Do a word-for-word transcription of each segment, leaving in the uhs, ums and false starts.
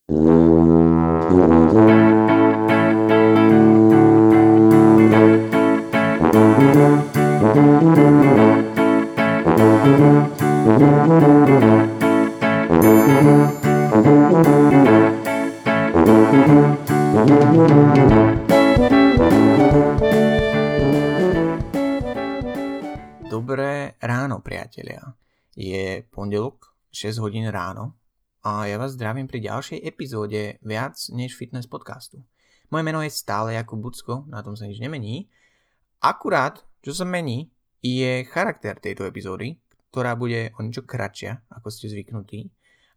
Dobré ráno, priatelia. Je pondelok, šesť hodín ráno a ja vás zdravím pri ďalšej epizóde Viac než fitness podcastu. Moje meno je stále Jakub Bucko, na tom sa nič nemení. Akurát, čo sa mení, je charakter tejto epizódy, ktorá bude o niečo kratšia, ako ste zvyknutí.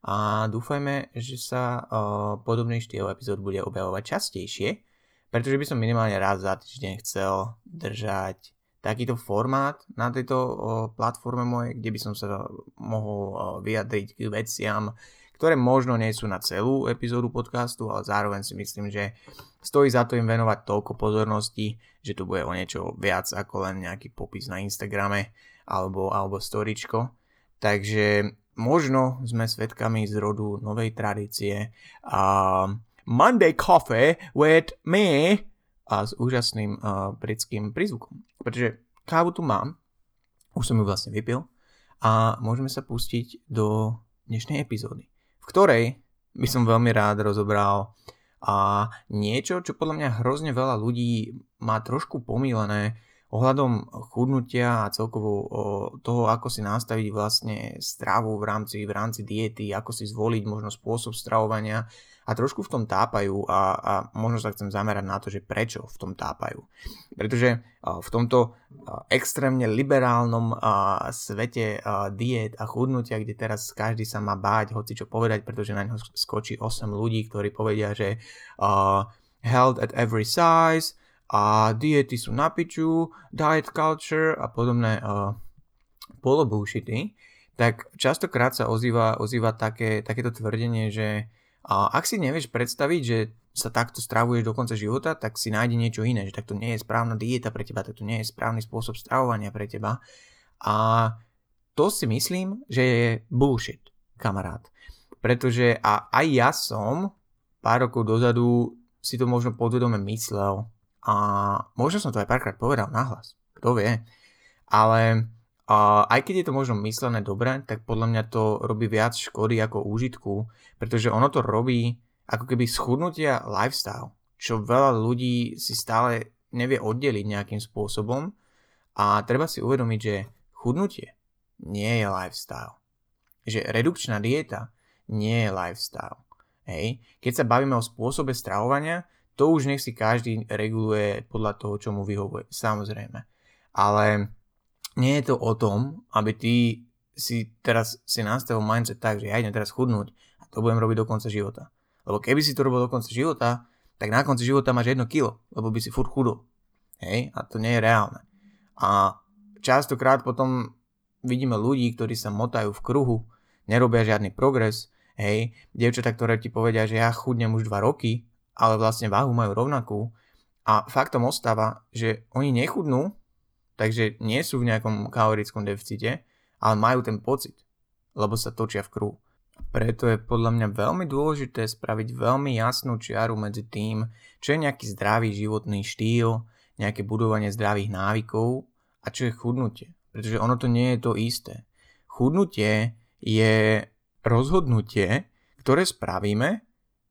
A dúfajme, že sa uh, podobný štýl epizód bude objavovať častejšie, pretože by som minimálne raz za týždeň chcel držať takýto formát na tejto o, platforme mojej, kde by som sa mohol o, vyjadriť k veciam, ktoré možno nie sú na celú epizódu podcastu, ale zároveň si myslím, že stojí za to im venovať toľko pozornosti, že to bude o niečo viac ako len nejaký popis na Instagrame alebo, alebo storičko. Takže možno sme svedkami zrodu novej tradície uh, Monday Coffee with me a s úžasným uh, britským prízvukom. Pretože kávu tu mám, už som ju vlastne vypil a môžeme sa pustiť do dnešnej epizódy, v ktorej by som veľmi rád rozobral a niečo, čo podľa mňa hrozne veľa ľudí má trošku pomýlené ohľadom chudnutia a celkovo o toho, ako si nastaviť vlastne stravu v rámci, v rámci diety, ako si zvoliť možno spôsob stravovania a trošku v tom tápajú a, a možno sa chcem zamerať na to, že prečo v tom tápajú. Pretože v tomto extrémne liberálnom svete diét a chudnutia, kde teraz každý sa má báť hoci čo povedať, pretože na ňo skočí osem ľudí, ktorí povedia, že uh, health at every size a diety sú na piču, diet culture a podobné uh, polobullshity, tak častokrát sa ozýva, ozýva také, takéto tvrdenie, že a ak si nevieš predstaviť, že sa takto stravuješ do konca života, tak si nájdi niečo iné, že takto nie je správna dieta pre teba, takto nie je správny spôsob stravovania pre teba. A to si myslím, že je bullshit, kamarát. Pretože a aj ja som pár rokov dozadu si to možno podvedome myslel a možno som to aj párkrát povedal nahlas, kto vie. Ale a aj keď je to možno myslené dobre, tak podľa mňa to robí viac škody ako úžitku, pretože ono to robí ako keby schudnutia lifestyle, čo veľa ľudí si stále nevie oddeliť nejakým spôsobom a treba si uvedomiť, že chudnutie nie je lifestyle. Že redukčná dieta nie je lifestyle. Hej. Keď sa bavíme o spôsobe stravovania, to už nech si každý reguluje podľa toho, čo mu vyhovuje, samozrejme. Ale nie je to o tom, aby ty si teraz si nastavil mindset tak, že ja idem teraz chudnúť a to budem robiť do konca života. Lebo keby si to robil do konca života, tak na konci života máš jedno kilo, lebo by si furt chudol. Hej? A to nie je reálne. A častokrát potom vidíme ľudí, ktorí sa motajú v kruhu, nerobia žiadny progres. Hej? Dievčatá, ktoré ti povedia, že ja chudnem už dva roky, ale vlastne váhu majú rovnakú. A faktom ostáva, že oni nechudnú, takže nie sú v nejakom kalorickom deficite, ale majú ten pocit, lebo sa točia v kruhu. Preto je podľa mňa veľmi dôležité spraviť veľmi jasnú čiaru medzi tým, čo je nejaký zdravý životný štýl, nejaké budovanie zdravých návykov a čo je chudnutie. Pretože ono to nie je to isté. Chudnutie je rozhodnutie, ktoré spravíme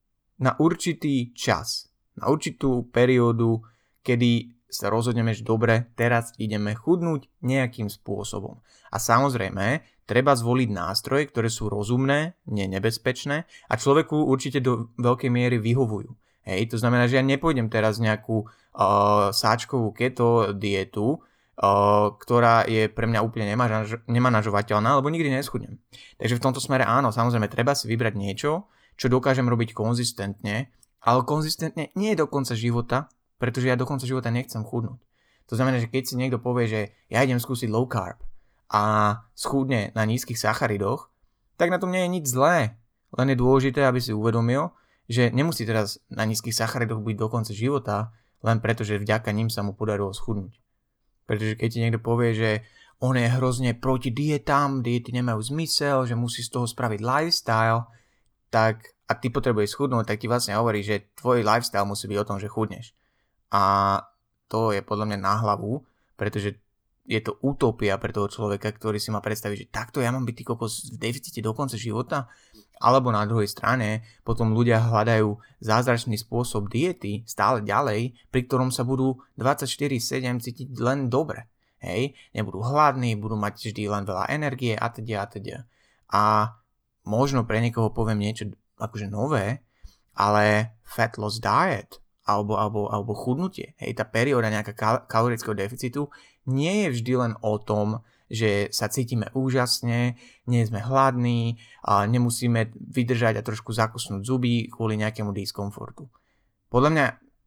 na určitý čas, na určitú periódu, kedy sa rozhodneme, že dobre, teraz ideme chudnúť nejakým spôsobom. A samozrejme, treba zvoliť nástroje, ktoré sú rozumné, nie nebezpečné a človeku určite do veľkej miery vyhovujú. Hej, to znamená, že ja nepôjdem teraz nejakú uh, sáčkovú keto dietu, uh, ktorá je pre mňa úplne nemanaž- nemanažovateľná, lebo nikdy neschudnem. Takže v tomto smere áno, samozrejme, treba si vybrať niečo, čo dokážem robiť konzistentne, ale konzistentne nie do konca života, pretože ja do konca života nechcem chudnúť. To znamená, že keď si niekto povie, že ja idem skúsiť low carb a schudne na nízkych sacharidoch, tak na tom nie je nič zlé. Len je dôležité, aby si uvedomil, že nemusí teraz na nízkych sacharidoch byť do konca života, len preto, že vďaka ním sa mu podarilo schudnúť. Pretože keď ti niekto povie, že on je hrozne proti dietám, diety nemajú zmysel, že musí z toho spraviť lifestyle, tak a ty potrebuješ schudnúť, tak ti vlastne hovorí, že tvoj lifestyle musí byť o tom, že chudneš. A to je podľa mňa na hlavu, pretože je to utopia pre toho človeka, ktorý si má predstaviť, že takto ja mám byť ty kokos v deficite do konca života. Alebo na druhej strane potom ľudia hľadajú zázračný spôsob diety stále ďalej, pri ktorom sa budú dvadsaťštyri sedem cítiť len dobre. Hej, nebudú hladní, budú mať vždy len veľa energie a teda a teda. A možno pre niekoho poviem niečo akože nové, ale fat loss diet alebo, alebo, alebo chudnutie, hej, tá perióda nejaká kal- kalorického deficitu nie je vždy len o tom, že sa cítime úžasne, nie sme hladní, a nemusíme vydržať a trošku zakusnúť zuby kvôli nejakému diskomfortu. Podľa mňa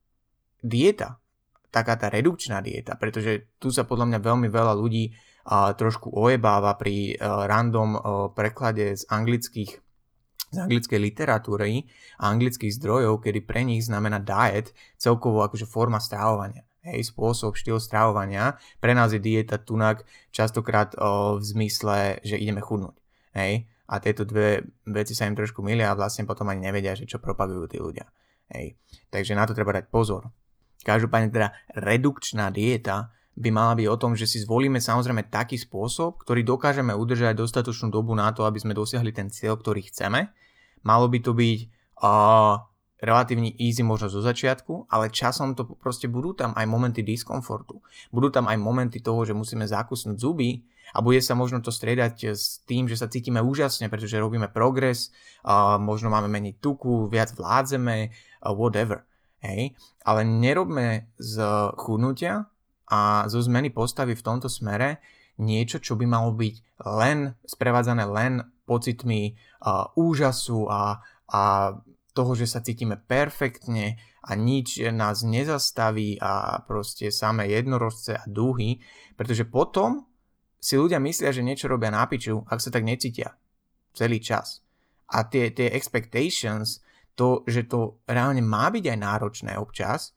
dieta, taká tá redukčná dieta, pretože tu sa podľa mňa veľmi veľa ľudí a, trošku ojebáva pri a, random a, preklade z anglických z anglickej literatúry a anglických zdrojov, kedy pre nich znamená diet celkovo akože forma stravovania. Hej, spôsob, štýl stravovania. Pre nás je dieta tunak častokrát o, v zmysle, že ideme chudnúť. Hej, a tieto dve veci sa im trošku milia a vlastne potom ani nevedia, že čo propagujú tí ľudia. Hej, takže na to treba dať pozor. Každopádne teda redukčná dieta by mala byť o tom, že si zvolíme samozrejme taký spôsob, ktorý dokážeme udržať dostatočnú dobu na to, aby sme dosiahli ten cieľ, ktorý chceme. Malo by to byť uh, relatívne easy možno zo začiatku, ale časom to proste budú tam aj momenty diskomfortu. Budú tam aj momenty toho, že musíme zakusnúť zuby a bude sa možno to striedať s tým, že sa cítime úžasne, pretože robíme progres, uh, možno máme menej tuku, viac vládzeme, uh, whatever. Hej, ale nerobme z chudnutia a zo zmeny postavy v tomto smere niečo, čo by malo byť len sprevádzané len pocitmi uh, úžasu a, a toho, že sa cítime perfektne a nič nás nezastaví a proste samé jednorožce a dúhy, pretože potom si ľudia myslia, že niečo robia na piču, ak sa tak necítia celý čas. A tie, tie expectations, to, že to reálne má byť aj náročné občas,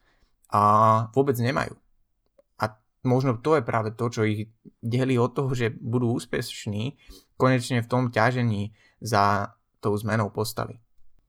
a vôbec nemajú. A možno to je práve to, čo ich delí od toho, že budú úspešní konečne v tom ťažení za tou zmenou postavy.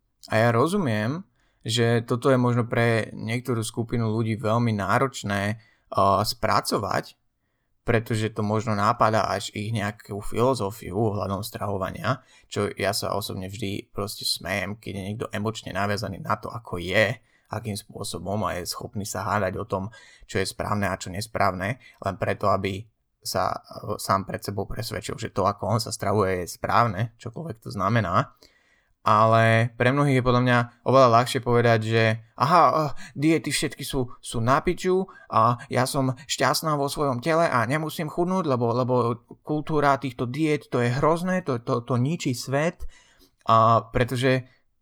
A ja rozumiem, že toto je možno pre niektorú skupinu ľudí veľmi náročné uh, spracovať, pretože to možno nápada až ich nejakú filozofiu ohľadom stravovania, čo ja sa osobne vždy proste smejem, keď je niekto emočne naviazaný na to, ako je, akým spôsobom a je schopný sa hádať o tom, čo je správne a čo nesprávne, len preto, aby sa sám pred sebou presvedčil, že to, ako on sa stravuje, je správne, čokoľvek to znamená. Ale pre mnohých je podľa mňa oveľa ľahšie povedať, že aha, diety všetky sú, sú na piču a ja som šťastná vo svojom tele a nemusím chudnúť, lebo, lebo kultúra týchto diet, to je hrozné, to, to, to ničí svet. A pretože,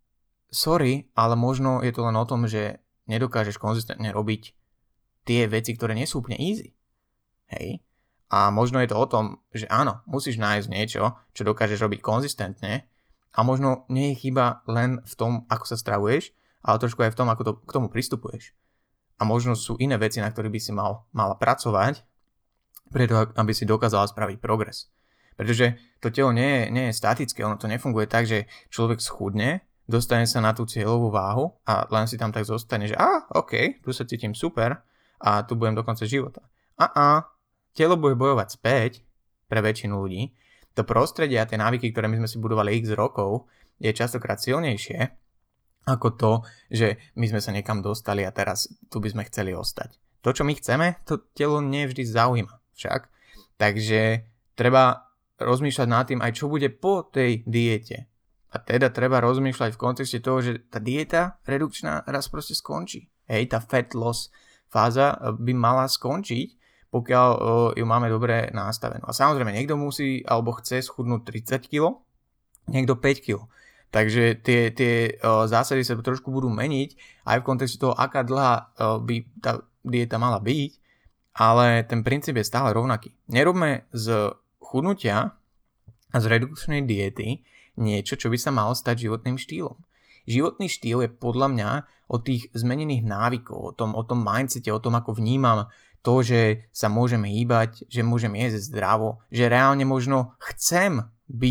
sorry, ale možno je to len o tom, že nedokážeš konzistentne robiť tie veci, ktoré nie sú úplne easy. Hej? A možno je to o tom, že áno, musíš nájsť niečo, čo dokážeš robiť konzistentne, a možno nie je chyba len v tom, ako sa stravuješ, ale trošku aj v tom, ako to, k tomu pristupuješ. A možno sú iné veci, na ktorých by si mal, mala pracovať, preto aby si dokázala spraviť progres. Pretože to telo nie je, nie je statické, ono to nefunguje tak, že človek schudne, dostane sa na tú cieľovú váhu a len si tam tak zostane, že á, ok, tu sa cítim super a tu budem do konca života. A a telo bude bojovať späť pre väčšinu ľudí. To prostredie a tie návyky, ktoré my sme si budovali x rokov, je častokrát silnejšie ako to, že my sme sa niekam dostali a teraz tu by sme chceli ostať. To, čo my chceme, to telo nevždy zaujíma však. Takže treba rozmýšľať nad tým aj čo bude po tej diete. A teda treba rozmýšľať v kontexte toho, že tá dieta redukčná raz proste skončí. Hej, tá fat loss fáza by mala skončiť, pokiaľ uh, ju máme dobre nastavenú. A samozrejme, niekto musí alebo chce schudnúť tridsať kilogramov, niekto päť kilogramov. Takže tie, tie uh, zásady sa trošku budú meniť aj v kontexte toho, aká dlhá uh, by tá dieta mala byť, ale ten princíp je stále rovnaký. Nerobme z chudnutia a z redukčnej diety niečo, čo by sa malo stať životným štýlom. Životný štýl je podľa mňa o tých zmenených návykov, o tom, o tom mindsete, o tom, ako vnímam to, že sa môžem hýbať, že môžem jesť zdravo, že reálne možno chcem byť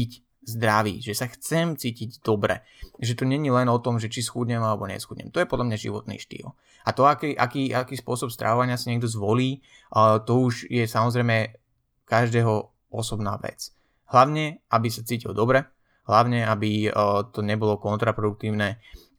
zdravý, že sa chcem cítiť dobre. Že to není len o tom, že či schudnem alebo neschudnem. To je podľa mňa životný štýl. A to, aký, aký, aký spôsob stravovania si niekto zvolí, uh, to už je samozrejme každého osobná vec. Hlavne, aby sa cítil dobre, hlavne, aby uh, to nebolo kontraproduktívne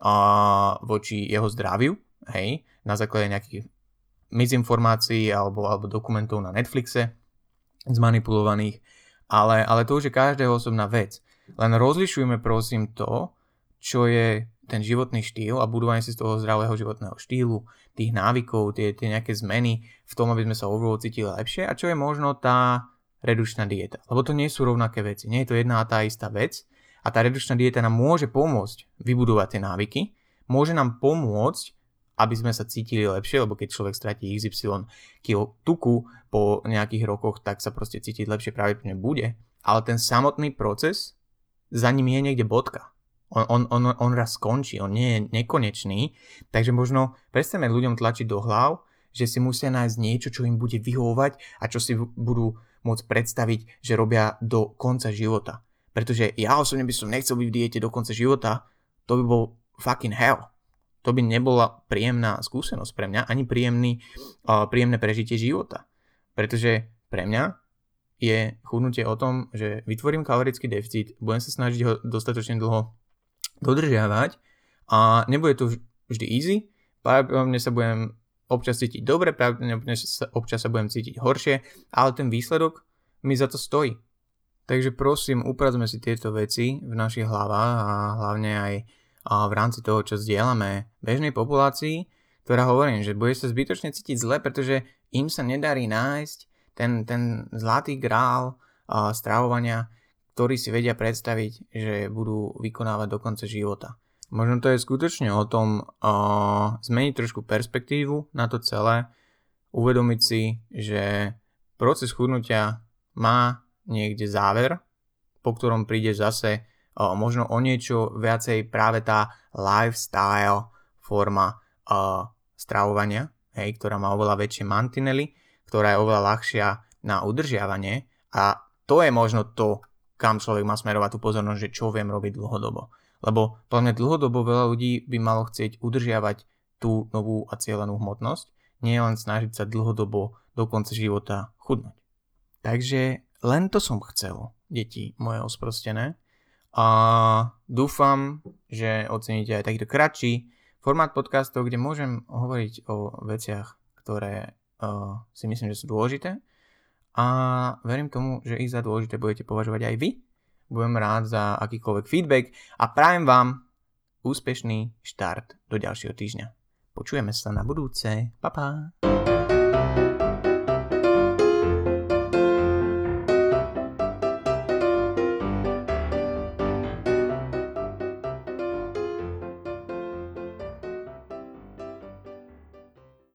uh, voči jeho zdraviu, hej, na základe nejakých mizinformácií alebo, alebo dokumentov na Netflixe zmanipulovaných, ale, ale to už je každého osobná vec. Len rozlišujme prosím to, čo je ten životný štýl a budovanie si z toho zdravého životného štýlu, tých návykov, tie, tie nejaké zmeny v tom, aby sme sa overall cítili lepšie a čo je možno tá redukčná dieta. Lebo to nie sú rovnaké veci, nie je to jedna a tá istá vec a tá redukčná dieta nám môže pomôcť vybudovať tie návyky, môže nám pomôcť, aby sme sa cítili lepšie, lebo keď človek stratí iks ypsilon kilo tuku po nejakých rokoch, tak sa proste cítiť lepšie pravdepodobne bude, ale ten samotný proces, za ním je niekde bodka. On, on, on, on raz skončí, on nie je nekonečný, takže možno prestaneme ľuďom tlačiť do hlav, že si musia nájsť niečo, čo im bude vyhovovať a čo si budú môcť predstaviť, že robia do konca života. Pretože ja osobne by som nechcel byť v diete do konca života, to by bol fucking hell. To by nebola príjemná skúsenosť pre mňa, ani príjemný, uh, príjemné prežitie života. Pretože pre mňa je chudnutie o tom, že vytvorím kalorický deficit, budem sa snažiť ho dostatočne dlho dodržiavať a nebude to vždy easy, pravdepodobne sa budem občas cítiť dobre, pravdepodobne sa, občas sa budem cítiť horšie, ale ten výsledok mi za to stojí. Takže prosím, upracme si tieto veci v našich hlavách a hlavne aj v rámci toho, čo zdieľame bežnej populácii, ktorá hovorím, že bude sa zbytočne cítiť zle, pretože im sa nedarí nájsť ten, ten zlatý grál uh, stravovania, ktorý si vedia predstaviť, že budú vykonávať do konca života. Možno to je skutočne o tom uh, zmeniť trošku perspektívu na to celé, uvedomiť si, že proces chudnutia má niekde záver, po ktorom príde zase uh, možno o niečo viacej práve tá lifestyle forma uh, stravovania, hej, ktorá má oveľa väčšie mantinely, ktorá je oveľa ľahšia na udržiavanie a to je možno to, kam človek má smerovať tú pozornosť, že čo viem robiť dlhodobo. Lebo plne dlhodobo veľa ľudí by malo chcieť udržiavať tú novú a cieľenú hmotnosť, nie len snažiť sa dlhodobo do konca života chudnúť. Takže len to som chcel, deti moje osprostené. A dúfam, že oceníte aj takýto kratší formát podcastov, kde môžem hovoriť o veciach, ktoré uh, si myslím, že sú dôležité. A verím tomu, že ich za dôležité budete považovať aj vy. Budem rád za akýkoľvek feedback a prajem vám úspešný štart do ďalšieho týždňa. Počujeme sa na budúce. Pa, pa.